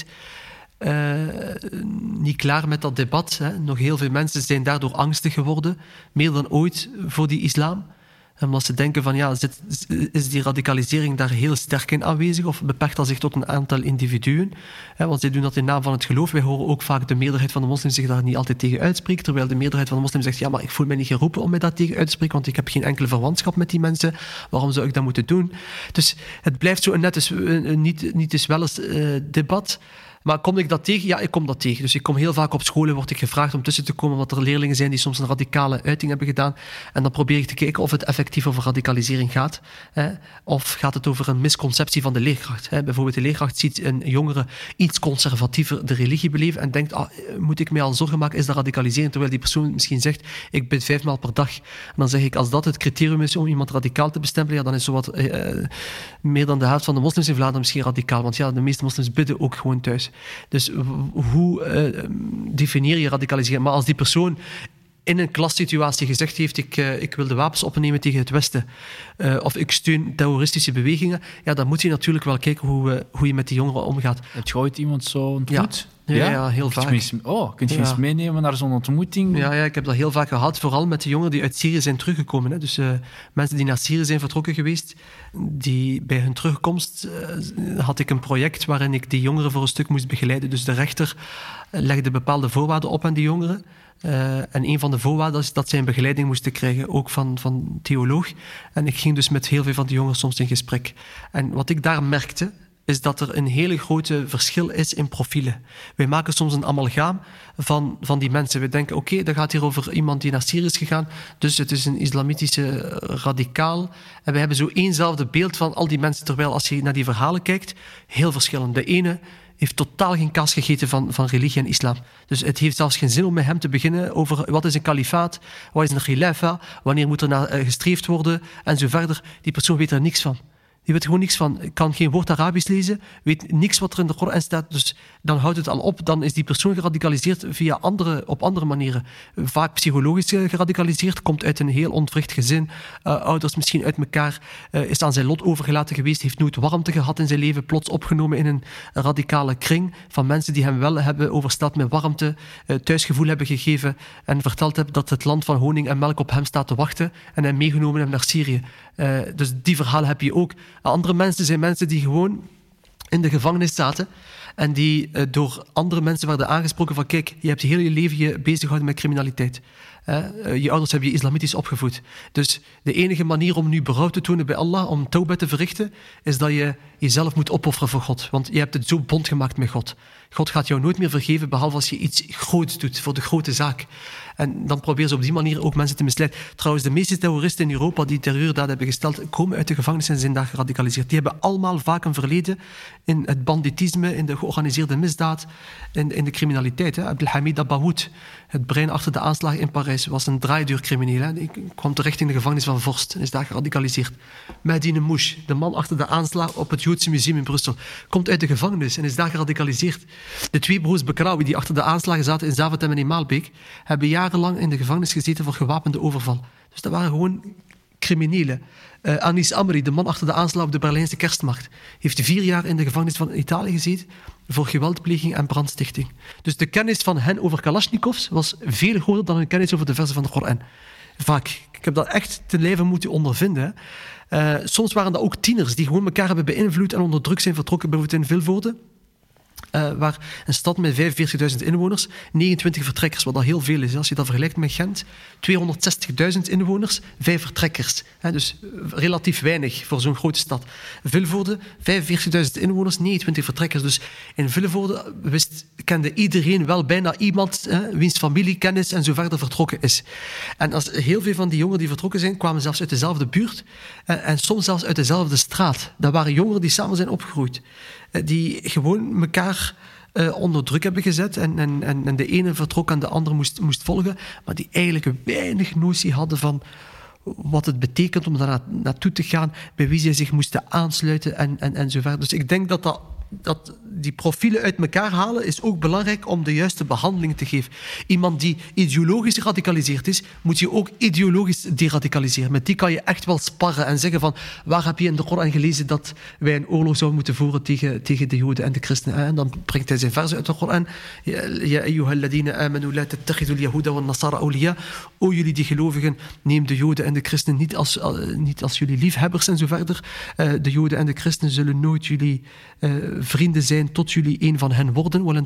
niet klaar met dat debat. Hè. Nog heel veel mensen zijn daardoor angstig geworden, meer dan ooit voor die islam. Omdat ze denken van, is die radicalisering daar heel sterk in aanwezig of beperkt dat zich tot een aantal individuen? Want zij doen dat in naam van het geloof. Wij horen ook vaak de meerderheid van de moslims zich daar niet altijd tegen uitspreekt, terwijl de meerderheid van de moslims zegt, ja, maar ik voel mij niet geroepen om mij daar tegen uit te spreken, want ik heb geen enkele verwantschap met die mensen. Waarom zou ik dat moeten doen? Dus het blijft zo net niet eens wel eens debat. Maar kom ik dat tegen? Ja, ik kom dat tegen. Dus ik kom heel vaak op scholen, word ik gevraagd om tussen te komen, omdat er leerlingen zijn die soms een radicale uiting hebben gedaan. En dan probeer ik te kijken of het effectief over radicalisering gaat. Of gaat het over een misconceptie van de leerkracht. Bijvoorbeeld de leerkracht ziet een jongere iets conservatiever de religie beleven en denkt, moet ik mij al zorgen maken, is dat radicalisering? Terwijl die persoon misschien zegt, ik bid 5 maal per dag. En dan zeg ik, als dat het criterium is om iemand radicaal te bestempelen, ja, dan is zowat meer dan de helft van de moslims in Vlaanderen misschien radicaal. Want ja, de meeste moslims bidden ook gewoon thuis. Dus hoe definieer je radicalisering? Maar als die persoon in een klassituatie gezegd heeft, ik wil de wapens opnemen tegen het Westen, of ik steun terroristische bewegingen, ja, dan moet je natuurlijk wel kijken hoe je met die jongeren omgaat. Heb je ooit iemand zo ontmoet? Ja, heel vaak. Kun je eens meenemen naar zo'n ontmoeting? Ja, ik heb dat heel vaak gehad, vooral met de jongeren die uit Syrië zijn teruggekomen. Hè. Dus mensen die naar Syrië zijn vertrokken geweest, die bij hun terugkomst had ik een project waarin ik die jongeren voor een stuk moest begeleiden. Dus de rechter legde bepaalde voorwaarden op aan die jongeren. En een van de voorwaarden is dat zij een begeleiding moesten krijgen, ook van theoloog. En ik ging dus met heel veel van die jongeren soms in gesprek. En wat ik daar merkte, is dat er een hele grote verschil is in profielen. Wij maken soms een amalgaam van die mensen. We denken, oké, dat gaat hier over iemand die naar Syrië is gegaan, dus het is een islamitische radicaal. En we hebben zo éénzelfde beeld van al die mensen, terwijl als je naar die verhalen kijkt, heel verschillend. De ene heeft totaal geen kaas gegeten van religie en islam. Dus het heeft zelfs geen zin om met hem te beginnen over wat is een kalifaat, wat is een khilafa, wanneer moet er naar gestreefd worden, en zo verder. Die persoon weet er niks van. Die weet gewoon niks van. Kan geen woord Arabisch lezen, weet niks wat er in de Koran staat. Dus dan houdt het al op. Dan is die persoon geradicaliseerd op andere manieren. Vaak psychologisch geradicaliseerd, komt uit een heel ontwricht gezin. Ouders misschien uit elkaar, is aan zijn lot overgelaten geweest, heeft nooit warmte gehad in zijn leven, plots opgenomen in een radicale kring van mensen die hem wel hebben oversteld met warmte, thuisgevoel hebben gegeven en verteld hebben dat het land van honing en melk op hem staat te wachten en hem meegenomen hebben naar Syrië. Dus die verhalen heb je ook. Andere mensen zijn mensen die gewoon in de gevangenis zaten en die door andere mensen werden aangesproken van kijk, je hebt heel je leven je bezighouden met criminaliteit. Je ouders hebben je islamitisch opgevoed. Dus de enige manier om nu berouw te tonen bij Allah, om tawbah te verrichten, is dat je jezelf moet opofferen voor God. Want je hebt het zo bond gemaakt met God. God gaat jou nooit meer vergeven, behalve als je iets groots doet voor de grote zaak. En dan proberen ze op die manier ook mensen te misleiden. Trouwens, de meeste terroristen in Europa die terreurdaden hebben gesteld, komen uit de gevangenis en zijn daar geradicaliseerd. Die hebben allemaal vaak een verleden in het banditisme, in de georganiseerde misdaad, in de criminaliteit. Abdelhamid Abaoud, het brein achter de aanslag in Parijs, was een draaideurcrimineel. Hij kwam terecht in de gevangenis van Vorst en is daar geradicaliseerd. Mehdi Mouche, de man achter de aanslag op het Joodse museum in Brussel, komt uit de gevangenis en is daar geradicaliseerd. De 2 broers Bekraoui, die achter de aanslagen zaten in Zaventem en in Maalbeek, hebben jarenlang in de gevangenis gezeten voor gewapende overval. Dus dat waren gewoon criminelen. Anis Amri, de man achter de aanslag op de Berlijnse kerstmarkt, heeft 4 jaar in de gevangenis van Italië gezeten voor geweldpleging en brandstichting. Dus de kennis van hen over Kalashnikovs was veel groter dan hun kennis over de versen van de Koran. Vaak. Ik heb dat echt ten lijve moeten ondervinden. Soms waren dat ook tieners die gewoon elkaar hebben beïnvloed en onder druk zijn vertrokken, bijvoorbeeld in Vilvoorde. Waar een stad met 45.000 inwoners, 29 vertrekkers, wat al heel veel is. Als je dat vergelijkt met Gent, 260.000 inwoners, 5 vertrekkers. Dus relatief weinig voor zo'n grote stad. Vilvoorde, 45.000 inwoners, 29 vertrekkers. Dus in Vilvoorde kende iedereen wel bijna iemand wiens familie, kennis en zo verder vertrokken is. En als heel veel van die jongeren die vertrokken zijn, kwamen zelfs uit dezelfde buurt en soms zelfs uit dezelfde straat. Dat waren jongeren die samen zijn opgegroeid. Die gewoon elkaar onder druk hebben gezet en de ene vertrok en de andere moest volgen, maar die eigenlijk weinig notie hadden van wat het betekent om daar naartoe te gaan, bij wie zij zich moesten aansluiten en zo verder. Dus ik denk dat die profielen uit elkaar halen is ook belangrijk om de juiste behandeling te geven. Iemand die ideologisch geradicaliseerd is, moet je ook ideologisch deradicaliseren. Met die kan je echt wel sparren en zeggen van waar heb je in de Koran gelezen dat wij een oorlog zouden moeten voeren tegen de Joden en de christenen. En dan brengt hij zijn versen uit de Koran. Ja ayyuhalladina amanu la tattakhidul yahuda wan nasara awliya. O jullie die gelovigen, neem de Joden en de christenen niet als jullie liefhebbers en zo verder. De Joden en de christenen zullen nooit jullie vrienden zijn tot jullie een van hen worden.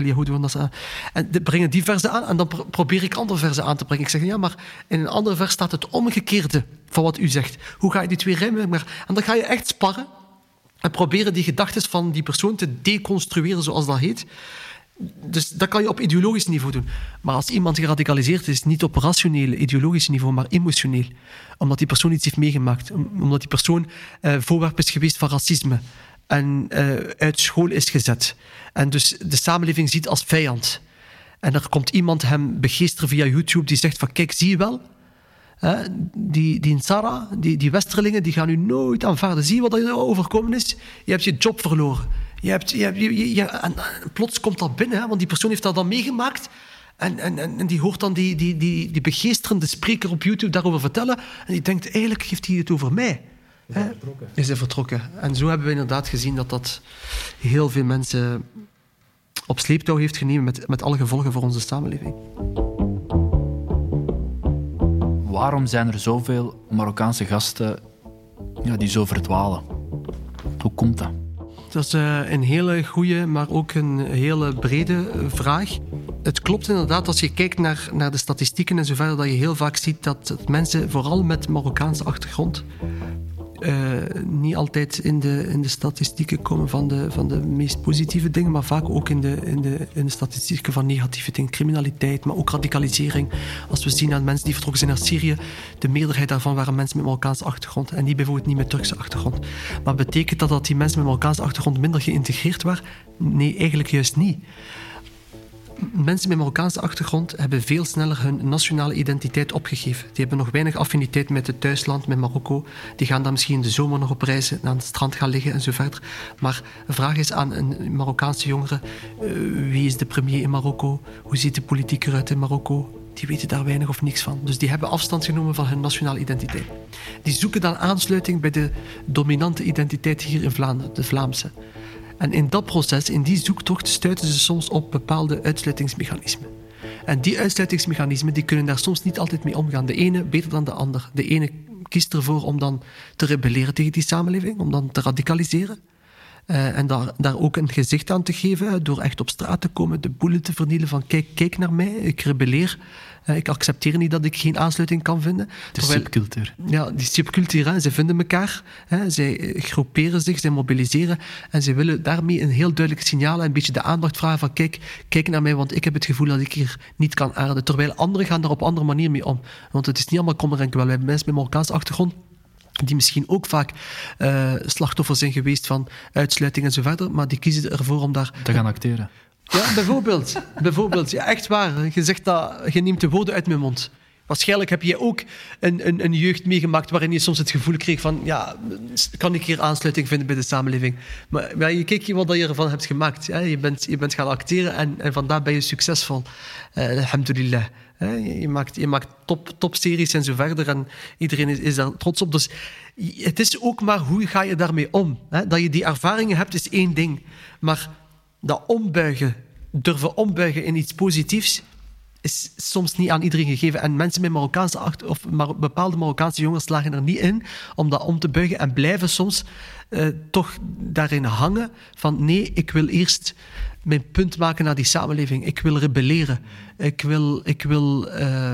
En brengen die versen aan en dan probeer ik andere versen aan te brengen. Ik zeg, ja, maar in een andere vers staat het omgekeerde van wat u zegt. Hoe ga je die 2 rijmen? En dan ga je echt sparren En proberen die gedachten van die persoon te deconstrueren, zoals dat heet. Dus dat kan je op ideologisch niveau doen. Maar als iemand geradicaliseerd is, niet op rationeel, ideologisch niveau, maar emotioneel. Omdat die persoon iets heeft meegemaakt. Omdat die persoon voorwerp is geweest van racisme. En uit school is gezet. En dus de samenleving ziet als vijand. En er komt iemand hem begeesteren via YouTube die zegt van kijk, zie je wel? Die Nsara, die Westerlingen, die gaan u nooit aanvaarden. Zie je wat er overkomen is? Je hebt je job verloren. En plots komt dat binnen, want die persoon heeft dat dan meegemaakt. En die hoort dan die begeesterende spreker op YouTube daarover vertellen. En die denkt, eigenlijk heeft hij het over mij. Is hij vertrokken. En zo hebben we inderdaad gezien dat heel veel mensen op sleeptouw heeft genomen met alle gevolgen voor onze samenleving. Waarom zijn er zoveel Marokkaanse gasten die zo verdwalen? Hoe komt dat? Dat is een hele goede, maar ook een hele brede vraag. Het klopt inderdaad, als je kijkt naar de statistieken en zo verder, dat je heel vaak ziet dat mensen, vooral met Marokkaanse achtergrond, niet altijd in de statistieken komen van de meest positieve dingen, maar vaak ook in de statistieken van negatieve dingen. Criminaliteit, maar ook radicalisering. Als we zien aan mensen die vertrokken zijn naar Syrië, de meerderheid daarvan waren mensen met Marokkaanse achtergrond en die bijvoorbeeld niet met Turkse achtergrond. Maar betekent dat die mensen met Marokkaanse achtergrond minder geïntegreerd waren? Nee, eigenlijk juist niet. Mensen met Marokkaanse achtergrond hebben veel sneller hun nationale identiteit opgegeven. Die hebben nog weinig affiniteit met het thuisland, met Marokko. Die gaan dan misschien in de zomer nog op reis aan het strand gaan liggen en zo verder. Maar de vraag is aan een Marokkaanse jongere, wie is de premier in Marokko? Hoe ziet de politiek eruit in Marokko? Die weten daar weinig of niks van. Dus die hebben afstand genomen van hun nationale identiteit. Die zoeken dan aansluiting bij de dominante identiteit hier in Vlaanderen, de Vlaamse. En in dat proces, in die zoektocht, stuiten ze soms op bepaalde uitsluitingsmechanismen. En die uitsluitingsmechanismen die kunnen daar soms niet altijd mee omgaan. De ene beter dan de ander. De ene kiest ervoor om dan te rebelleren tegen die samenleving, om dan te radicaliseren. En daar ook een gezicht aan te geven, door echt op straat te komen, de boelen te vernielen van kijk naar mij, ik rebelleer. Ik accepteer niet dat ik geen aansluiting kan vinden. De subcultuur. Ja, die subcultuur. Ze vinden elkaar. Zij groeperen zich, zij mobiliseren. En ze willen daarmee een heel duidelijk signaal en een beetje de aandacht vragen van kijk naar mij, want ik heb het gevoel dat ik hier niet kan aarden. Terwijl anderen gaan daar op een andere manier mee om. Want het is niet allemaal kommer en kwel. We hebben mensen met Marokkaanse achtergrond die misschien ook vaak slachtoffer zijn geweest van uitsluiting en zo verder, maar die kiezen ervoor om daar te gaan acteren. Ja, bijvoorbeeld. Ja, echt waar. Je zegt dat, je neemt de woorden uit mijn mond. Waarschijnlijk heb je ook een jeugd meegemaakt waarin je soms het gevoel kreeg van, ja, kan ik hier aansluiting vinden bij de samenleving? Maar je kijkt wat je ervan hebt gemaakt. Hè? Je bent gaan acteren en vandaar ben je succesvol. Alhamdulillah. Je maakt topseries en zo verder en iedereen is daar trots op. Dus het is ook maar hoe ga je daarmee om. Hè? Dat je die ervaringen hebt is één ding, maar dat durven ombuigen in iets positiefs, is soms niet aan iedereen gegeven. En mensen met bepaalde Marokkaanse jongens slagen er niet in om dat om te buigen en blijven soms toch daarin hangen van nee, ik wil eerst mijn punt maken naar die samenleving. Ik wil rebelleren. Ik wil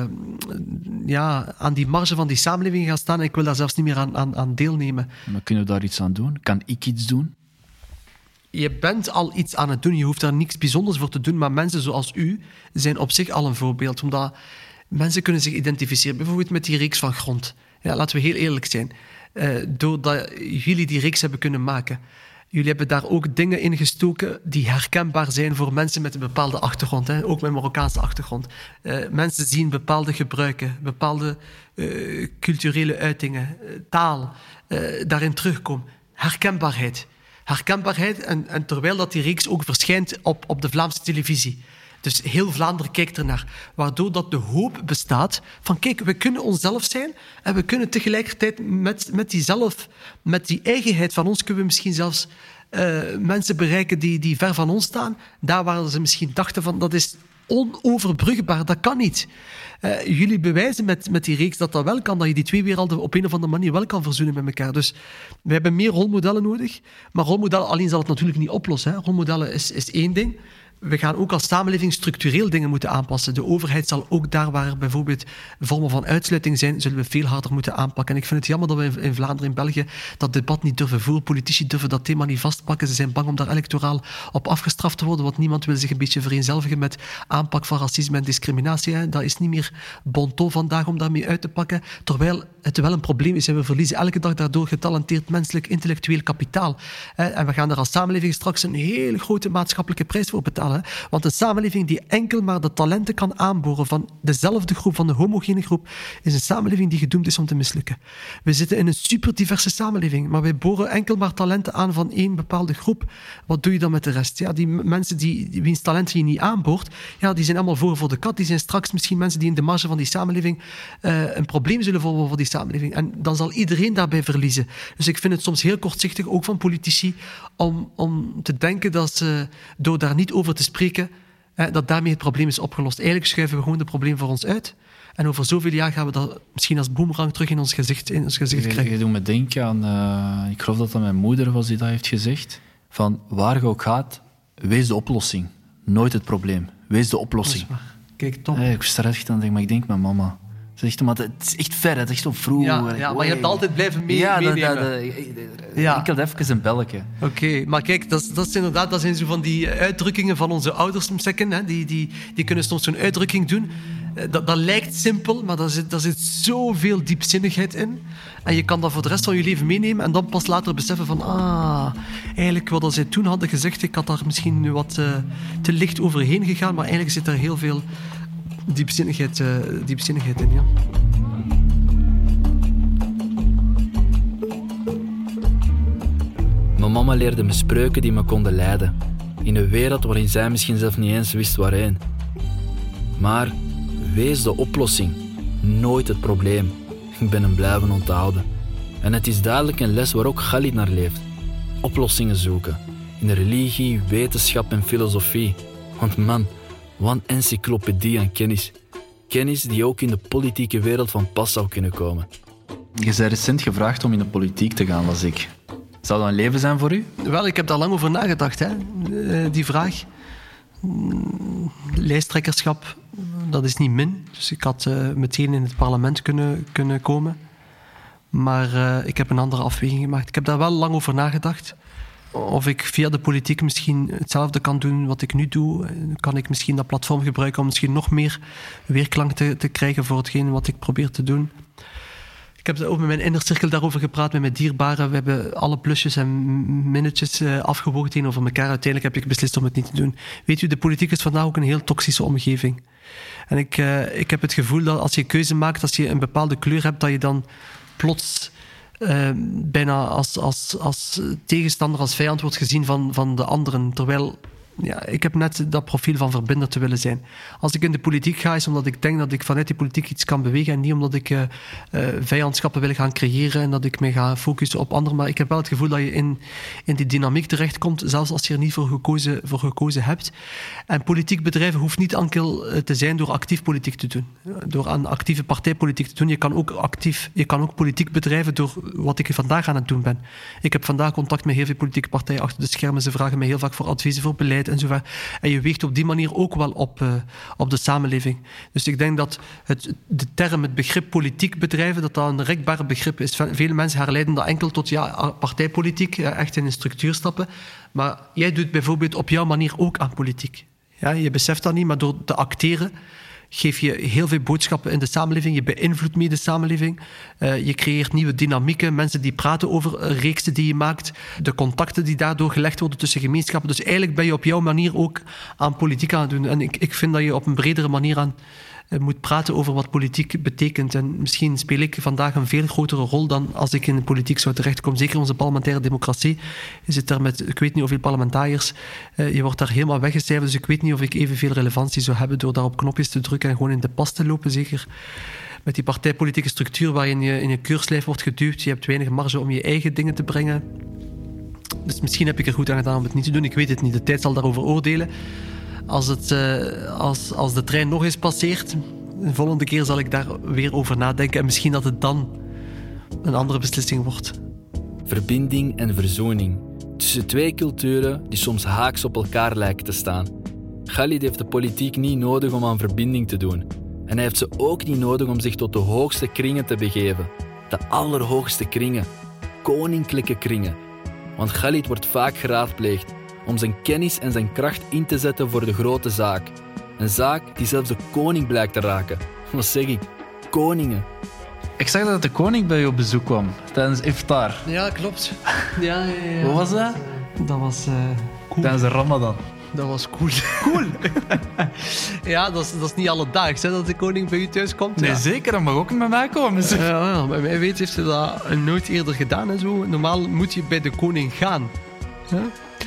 aan die marge van die samenleving gaan staan en ik wil daar zelfs niet meer aan deelnemen. Maar kunnen we daar iets aan doen? Kan ik iets doen? Je bent al iets aan het doen. Je hoeft daar niks bijzonders voor te doen. Maar mensen zoals u zijn op zich al een voorbeeld. Omdat mensen kunnen zich identificeren. Bijvoorbeeld met die reeks van Grond. Ja, laten we heel eerlijk zijn. Doordat jullie die reeks hebben kunnen maken. Jullie hebben daar ook dingen in gestoken die herkenbaar zijn voor mensen met een bepaalde achtergrond. Hè? Ook met Marokkaanse achtergrond. Mensen zien bepaalde gebruiken, bepaalde culturele uitingen, taal, daarin terugkomen. Herkenbaarheid en terwijl dat die reeks ook verschijnt op de Vlaamse televisie. Dus heel Vlaanderen kijkt ernaar. Waardoor dat de hoop bestaat van kijk, we kunnen onszelf zijn en we kunnen tegelijkertijd met die eigenheid van ons kunnen we misschien zelfs mensen bereiken die ver van ons staan. Daar waar ze misschien dachten van dat is onoverbrugbaar, dat kan niet. Jullie bewijzen met die reeks dat wel kan, dat je die twee werelden op een of andere manier wel kan verzoenen met elkaar. Dus we hebben meer rolmodellen nodig, maar rolmodellen alleen zal het natuurlijk niet oplossen. Hè. Rolmodellen is één ding. we gaan ook als samenleving structureel dingen moeten aanpassen. De overheid zal ook daar waar bijvoorbeeld vormen van uitsluiting zijn, zullen we veel harder moeten aanpakken. En ik vind het jammer dat we in Vlaanderen en België dat debat niet durven voeren. Politici durven dat thema niet vastpakken. Ze zijn bang om daar electoraal op afgestraft te worden, want niemand wil zich een beetje vereenzelvigen met aanpak van racisme en discriminatie. Hè. Dat is niet meer bon ton vandaag om daarmee uit te pakken, terwijl het wel een probleem is en we verliezen elke dag daardoor getalenteerd menselijk intellectueel kapitaal. En we gaan er als samenleving straks een hele grote maatschappelijke prijs voor betalen. Want een samenleving die enkel maar de talenten kan aanboren van dezelfde groep, van de homogene groep, is een samenleving die gedoemd is om te mislukken. We zitten in een superdiverse samenleving, maar wij boren enkel maar talenten aan van één bepaalde groep. Wat doe je dan met de rest? Ja, die mensen wiens talenten je niet aanboort, ja, die zijn allemaal voor de kat. Die zijn straks misschien mensen die in de marge van die samenleving een probleem zullen vormen voor die samenleving. En dan zal iedereen daarbij verliezen. Dus ik vind het soms heel kortzichtig, ook van politici, om te denken dat ze, door daar niet over te spreken, dat daarmee het probleem is opgelost. Eigenlijk schuiven we gewoon het probleem voor ons uit. En over zoveel jaar gaan we dat misschien als boemerang terug in ons gezicht krijgen. Je doet me denken aan... ik geloof dat dat mijn moeder was die dat heeft gezegd. Van waar je ook gaat, wees de oplossing. Nooit het probleem. Wees de oplossing. Kijk, Tom. Ik sta er echt aan denk, maar ik denk mijn mama. Ze zegt, maar het is echt ver, het is echt zo vroeg. Ja, maar je hebt altijd blijven meenemen. Ik had even een belletje. Oké, maar kijk, dat is inderdaad, dat zijn zo van die uitdrukkingen van onze ouders, hè, die kunnen soms zo'n uitdrukking doen. Dat lijkt simpel, maar daar zit zoveel diepzinnigheid in. En je kan dat voor de rest van je leven meenemen en dan pas later beseffen van eigenlijk wat zij toen hadden gezegd, ik had daar misschien wat te licht overheen gegaan, maar eigenlijk zit daar heel veel diepzinnigheid in, ja. Mijn mama leerde me spreuken die me konden leiden. In een wereld waarin zij misschien zelf niet eens wist waarheen. Maar wees de oplossing, nooit het probleem. Ik ben hem blijven onthouden. En het is duidelijk een les waar ook Khalid naar leeft. Oplossingen zoeken. In religie, wetenschap en filosofie. Want man, wat een encyclopedie aan kennis. Kennis die ook in de politieke wereld van pas zou kunnen komen. Je bent recent gevraagd om in de politiek te gaan, las ik. Zou dat een leven zijn voor u? Wel, ik heb daar lang over nagedacht, hè. Die vraag. Lijsttrekkerschap, dat is niet min. Dus ik had meteen in het parlement kunnen komen. Maar ik heb een andere afweging gemaakt. Ik heb daar wel lang over nagedacht. Of ik via de politiek misschien hetzelfde kan doen wat ik nu doe. Kan ik misschien dat platform gebruiken om misschien nog meer weerklank te krijgen voor hetgeen wat ik probeer te doen. Ik heb ook met mijn innercirkel daarover gepraat, met mijn dierbaren. We hebben alle plusjes en minnetjes afgewogen tegenover elkaar. Uiteindelijk heb ik beslist om het niet te doen. Weet u, de politiek is vandaag ook een heel toxische omgeving. En ik heb het gevoel dat als je keuze maakt, als je een bepaalde kleur hebt, dat je dan plots bijna als tegenstander, als vijand wordt gezien van de anderen. Terwijl ik heb net dat profiel van verbinder te willen zijn. Als ik in de politiek ga, is omdat ik denk dat ik vanuit die politiek iets kan bewegen en niet omdat ik vijandschappen wil gaan creëren en dat ik me ga focussen op anderen. Maar ik heb wel het gevoel dat je in die dynamiek terechtkomt, zelfs als je er niet voor gekozen hebt. En politiek bedrijven hoeft niet enkel te zijn door actief politiek te doen. Door aan actieve partijpolitiek te doen. Je kan ook politiek bedrijven door wat ik vandaag aan het doen ben. Ik heb vandaag contact met heel veel politieke partijen achter de schermen. Ze vragen mij heel vaak voor adviezen, voor beleid en zo verder. En je weegt op die manier ook wel op de samenleving. Dus ik denk dat het begrip politiek bedrijven, dat een rekbaar begrip is. Veel mensen herleiden dat enkel tot partijpolitiek, echt in een structuur stappen. Maar jij doet bijvoorbeeld op jouw manier ook aan politiek. Ja, je beseft dat niet, maar door te acteren geef je heel veel boodschappen in de samenleving. Je beïnvloedt mee de samenleving. Je creëert nieuwe dynamieken. Mensen die praten over reeksen die je maakt. De contacten die daardoor gelegd worden tussen gemeenschappen. Dus eigenlijk ben je op jouw manier ook aan politiek aan het doen. En ik vind dat je op een bredere manier aan moet praten over wat politiek betekent. En misschien speel ik vandaag een veel grotere rol dan als ik in de politiek zou terechtkomen. Zeker onze parlementaire democratie. Je zit daar met, ik weet niet hoeveel parlementariërs. Je wordt daar helemaal weggecijferd. Dus ik weet niet of ik evenveel relevantie zou hebben door daar op knopjes te drukken en gewoon in de pas te lopen. Zeker met die partijpolitieke structuur waarin je in je keurslijf wordt geduwd. Je hebt weinig marge om je eigen dingen te brengen. Dus misschien heb ik er goed aan gedaan om het niet te doen. Ik weet het niet. De tijd zal daarover oordelen. Als de trein nog eens passeert, de volgende keer zal ik daar weer over nadenken. En misschien dat het dan een andere beslissing wordt. Verbinding en verzoening tussen twee culturen die soms haaks op elkaar lijken te staan. Khalid heeft de politiek niet nodig om aan verbinding te doen. En hij heeft ze ook niet nodig om zich tot de hoogste kringen te begeven. De allerhoogste kringen. Koninklijke kringen. Want Khalid wordt vaak geraadpleegd om zijn kennis en zijn kracht in te zetten voor de grote zaak. Een zaak die zelfs de koning blijkt te raken. Wat zeg ik? Koningen. Ik zag dat de koning bij je op bezoek kwam tijdens iftar. Ja, klopt. Ja. Hoe was dat? Dat was cool. Tijdens de Ramadan. Dat was cool. Cool? Ja, dat is niet alledaags hè, dat de koning bij u thuis komt. Nee, Ja. zeker. Dat mag ook met mij komen. Ja, bij mij weet heeft hij dat nooit eerder gedaan en zo. Normaal moet je bij de koning gaan. Ja?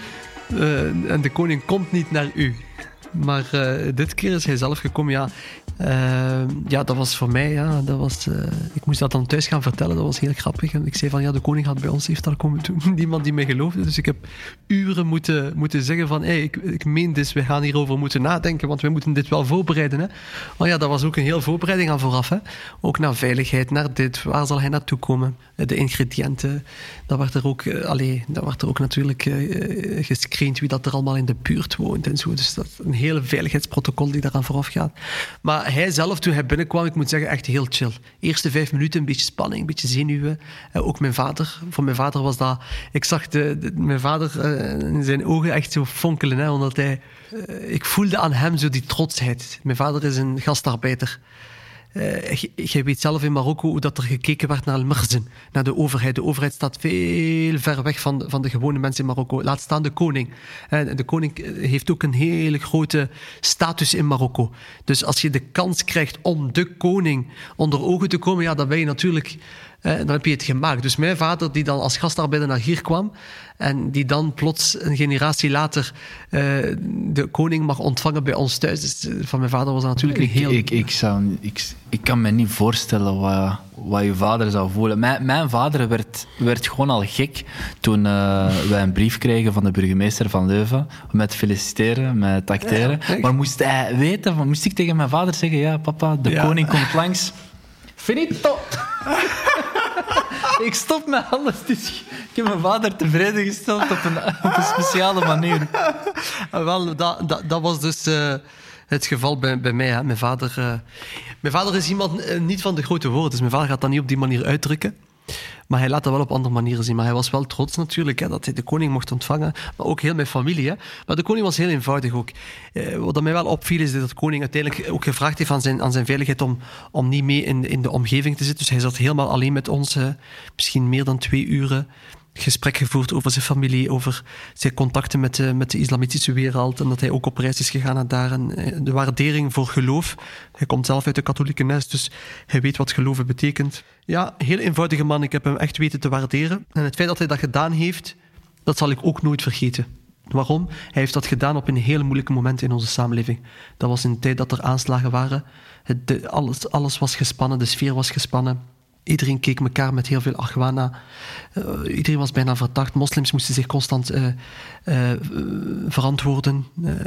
En de koning komt niet naar u. Maar dit keer is hij zelf gekomen, ja. Ja, dat was voor mij, ja, dat was, ik moest dat dan thuis gaan vertellen, dat was heel grappig. En ik zei van, ja, de koning had bij ons iftar komen doen. Niemand die mij geloofde, dus ik heb uren moeten zeggen van, hey, ik meen dit, we gaan hierover moeten nadenken, want we moeten dit wel voorbereiden. Hè. Maar ja, dat was ook een heel voorbereiding aan vooraf. Hè. Ook naar veiligheid, naar dit, waar zal hij naartoe komen? De ingrediënten, dat werd er ook natuurlijk gescreend wie dat er allemaal in de buurt woont en zo. Dus dat is een hele veiligheidsprotocol die daaraan vooraf gaat. Maar hij zelf, toen hij binnenkwam, ik moet zeggen, echt heel chill. Eerste 5 minuten, een beetje spanning, een beetje zenuwen. Ook mijn vader. Voor mijn vader was dat... Ik zag mijn vader in zijn ogen echt zo fonkelen, hè, omdat hij... ik voelde aan hem zo die trotsheid. Mijn vader is een gastarbeider. Jij weet zelf in Marokko hoe dat er gekeken werd naar Al-Merzen, naar de overheid. De overheid staat veel ver weg van de gewone mensen in Marokko. Laat staan de koning. De koning heeft ook een hele grote status in Marokko. Dus als je de kans krijgt om de koning onder ogen te komen, ja, dan ben je natuurlijk... dan heb je het gemaakt. Dus mijn vader, die dan als gastarbeider naar hier kwam en die dan plots een generatie later de koning mag ontvangen bij ons thuis. Dus van mijn vader was dat natuurlijk een heel... Ik kan me niet voorstellen wat je vader zou voelen. Mijn vader werd gewoon al gek toen wij een brief kregen van de burgemeester van Leuven met feliciteren, met tracteren. Ja, maar moest hij weten, moest ik tegen mijn vader zeggen, ja papa, de koning komt langs. Finito! Ik stop met alles. Dus ik heb mijn vader tevreden gesteld op een speciale manier. Wel, dat was dus het geval bij mij. Hè. Mijn vader is iemand niet van de grote woorden. Dus mijn vader gaat dat niet op die manier uitdrukken. Maar hij laat dat wel op andere manieren zien. Maar hij was wel trots natuurlijk, hè, dat hij de koning mocht ontvangen. Maar ook heel mijn familie. Hè. Maar de koning was heel eenvoudig ook. Wat mij wel opviel is dat de koning uiteindelijk ook gevraagd heeft aan zijn veiligheid om niet mee in de omgeving te zitten. Dus hij zat helemaal alleen met ons. Misschien meer dan 2 uren gesprek gevoerd over zijn familie, over zijn contacten met de islamitische wereld en dat hij ook op reis is gegaan naar daar. En de waardering voor geloof. Hij komt zelf uit de katholieke nest, dus hij weet wat geloven betekent. Ja, heel eenvoudige man. Ik heb hem echt weten te waarderen. En het feit dat hij dat gedaan heeft, dat zal ik ook nooit vergeten. Waarom? Hij heeft dat gedaan op een hele moeilijke moment in onze samenleving. Dat was in de tijd dat er aanslagen waren. Alles was gespannen, de sfeer was gespannen. Iedereen keek elkaar met heel veel argwaan na. Iedereen was bijna verdacht. Moslims moesten zich constant verantwoorden,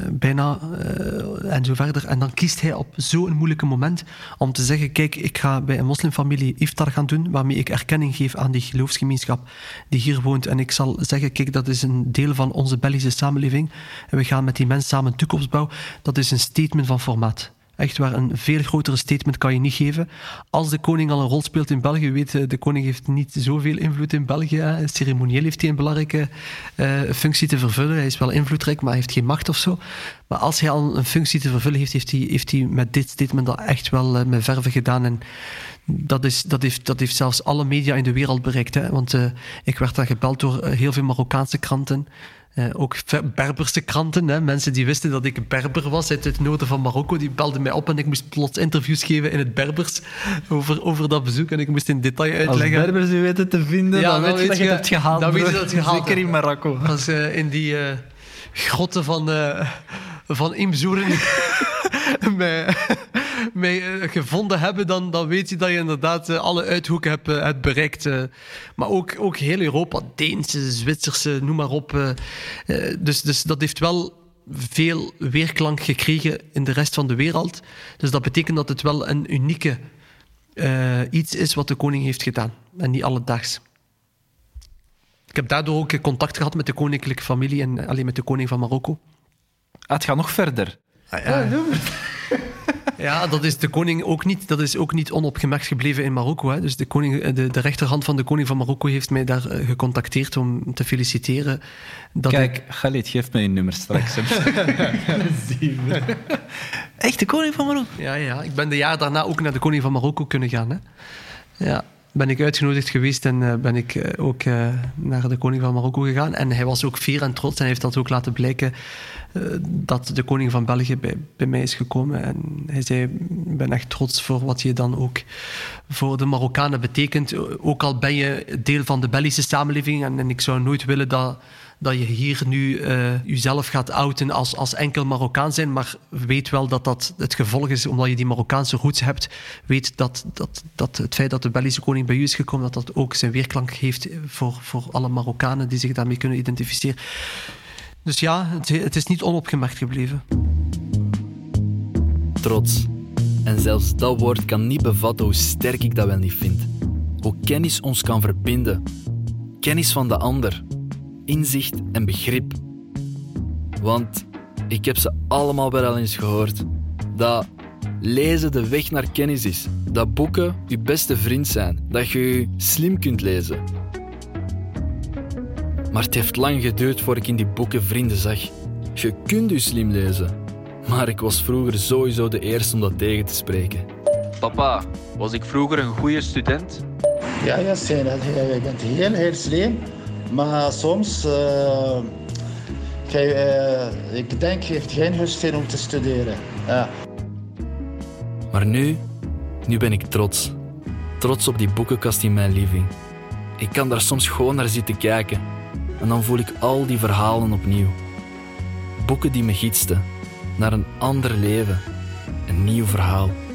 en zo verder. En dan kiest hij op zo'n moeilijke moment om te zeggen, kijk, ik ga bij een moslimfamilie iftar gaan doen, waarmee ik erkenning geef aan die geloofsgemeenschap die hier woont. En ik zal zeggen, kijk, dat is een deel van onze Belgische samenleving. En we gaan met die mensen samen een toekomst bouwen. Dat is een statement van formaat. Echt waar, een veel grotere statement kan je niet geven. Als de koning al een rol speelt in België, weet de koning heeft niet zoveel invloed in België. Hè. Ceremonieel heeft hij een belangrijke functie te vervullen. Hij is wel invloedrijk, maar hij heeft geen macht of zo. Maar als hij al een functie te vervullen heeft hij met dit statement dat echt wel met verve gedaan. En dat heeft zelfs alle media in de wereld bereikt. Hè. Want ik werd dan gebeld door heel veel Marokkaanse kranten. Ook Berberse kranten, hè. Mensen die wisten dat ik Berber was uit het noorden van Marokko, die belden mij op en ik moest plots interviews geven in het Berbers over dat bezoek en ik moest in detail uitleggen. Als Berbers u weten te vinden, ja, dan weet je dat je het hebt gehaald. Dan weet je dat het gehaald. Zeker in Marokko. Als in die grotten van Imzoeren mij gevonden hebben, dan weet je dat je inderdaad alle uithoeken hebt bereikt. Maar ook heel Europa, Deense, Zwitserse, noem maar op. Dus dat heeft wel veel weerklank gekregen in de rest van de wereld. Dus dat betekent dat het wel een unieke iets is wat de koning heeft gedaan. En niet alledaags. Ik heb daardoor ook contact gehad met de koninklijke familie en alleen met de koning van Marokko. Het gaat nog verder. Ja, dat is de koning ook niet. Dat is ook niet onopgemerkt gebleven in Marokko. Hè. Dus de rechterhand van de koning van Marokko heeft mij daar gecontacteerd om te feliciteren. Kijk, Khalid, geef mij een nummer straks. Echt, de koning van Marokko? Ja. Ik ben de jaar daarna ook naar de koning van Marokko kunnen gaan. Hè. Ja. Ben ik uitgenodigd geweest en ben ik ook naar de koning van Marokko gegaan. En hij was ook fier en trots en heeft dat ook laten blijken dat de koning van België bij mij is gekomen. En hij zei, ik ben echt trots voor wat je dan ook voor de Marokkanen betekent. Ook al ben je deel van de Belgische samenleving en ik zou nooit willen dat je hier nu jezelf gaat outen als enkel Marokkaan zijn, maar weet wel dat het gevolg is, omdat je die Marokkaanse roots hebt, weet dat het feit dat de Belgische koning bij u is gekomen, dat ook zijn weerklank heeft voor alle Marokkanen die zich daarmee kunnen identificeren. Dus ja, het is niet onopgemerkt gebleven. Trots. En zelfs dat woord kan niet bevatten hoe sterk ik dat wel niet vind. Hoe kennis ons kan verbinden. Kennis van de ander. Inzicht en begrip. Want ik heb ze allemaal wel eens gehoord. Dat lezen de weg naar kennis is. Dat boeken je beste vriend zijn. Dat je je slim kunt lezen. Maar het heeft lang geduurd voor ik in die boeken vrienden zag. Je kunt je slim lezen. Maar ik was vroeger sowieso de eerste om dat tegen te spreken. Papa, was ik vroeger een goede student? Ja, zeker. Je bent heel slim. Maar soms, ik denk, je heeft geen huisstijl om te studeren. Ja. Maar nu ben ik trots. Trots op die boekenkast in mijn living. Ik kan daar soms gewoon naar zitten kijken. En dan voel ik al die verhalen opnieuw. Boeken die me gidsten naar een ander leven. Een nieuw verhaal.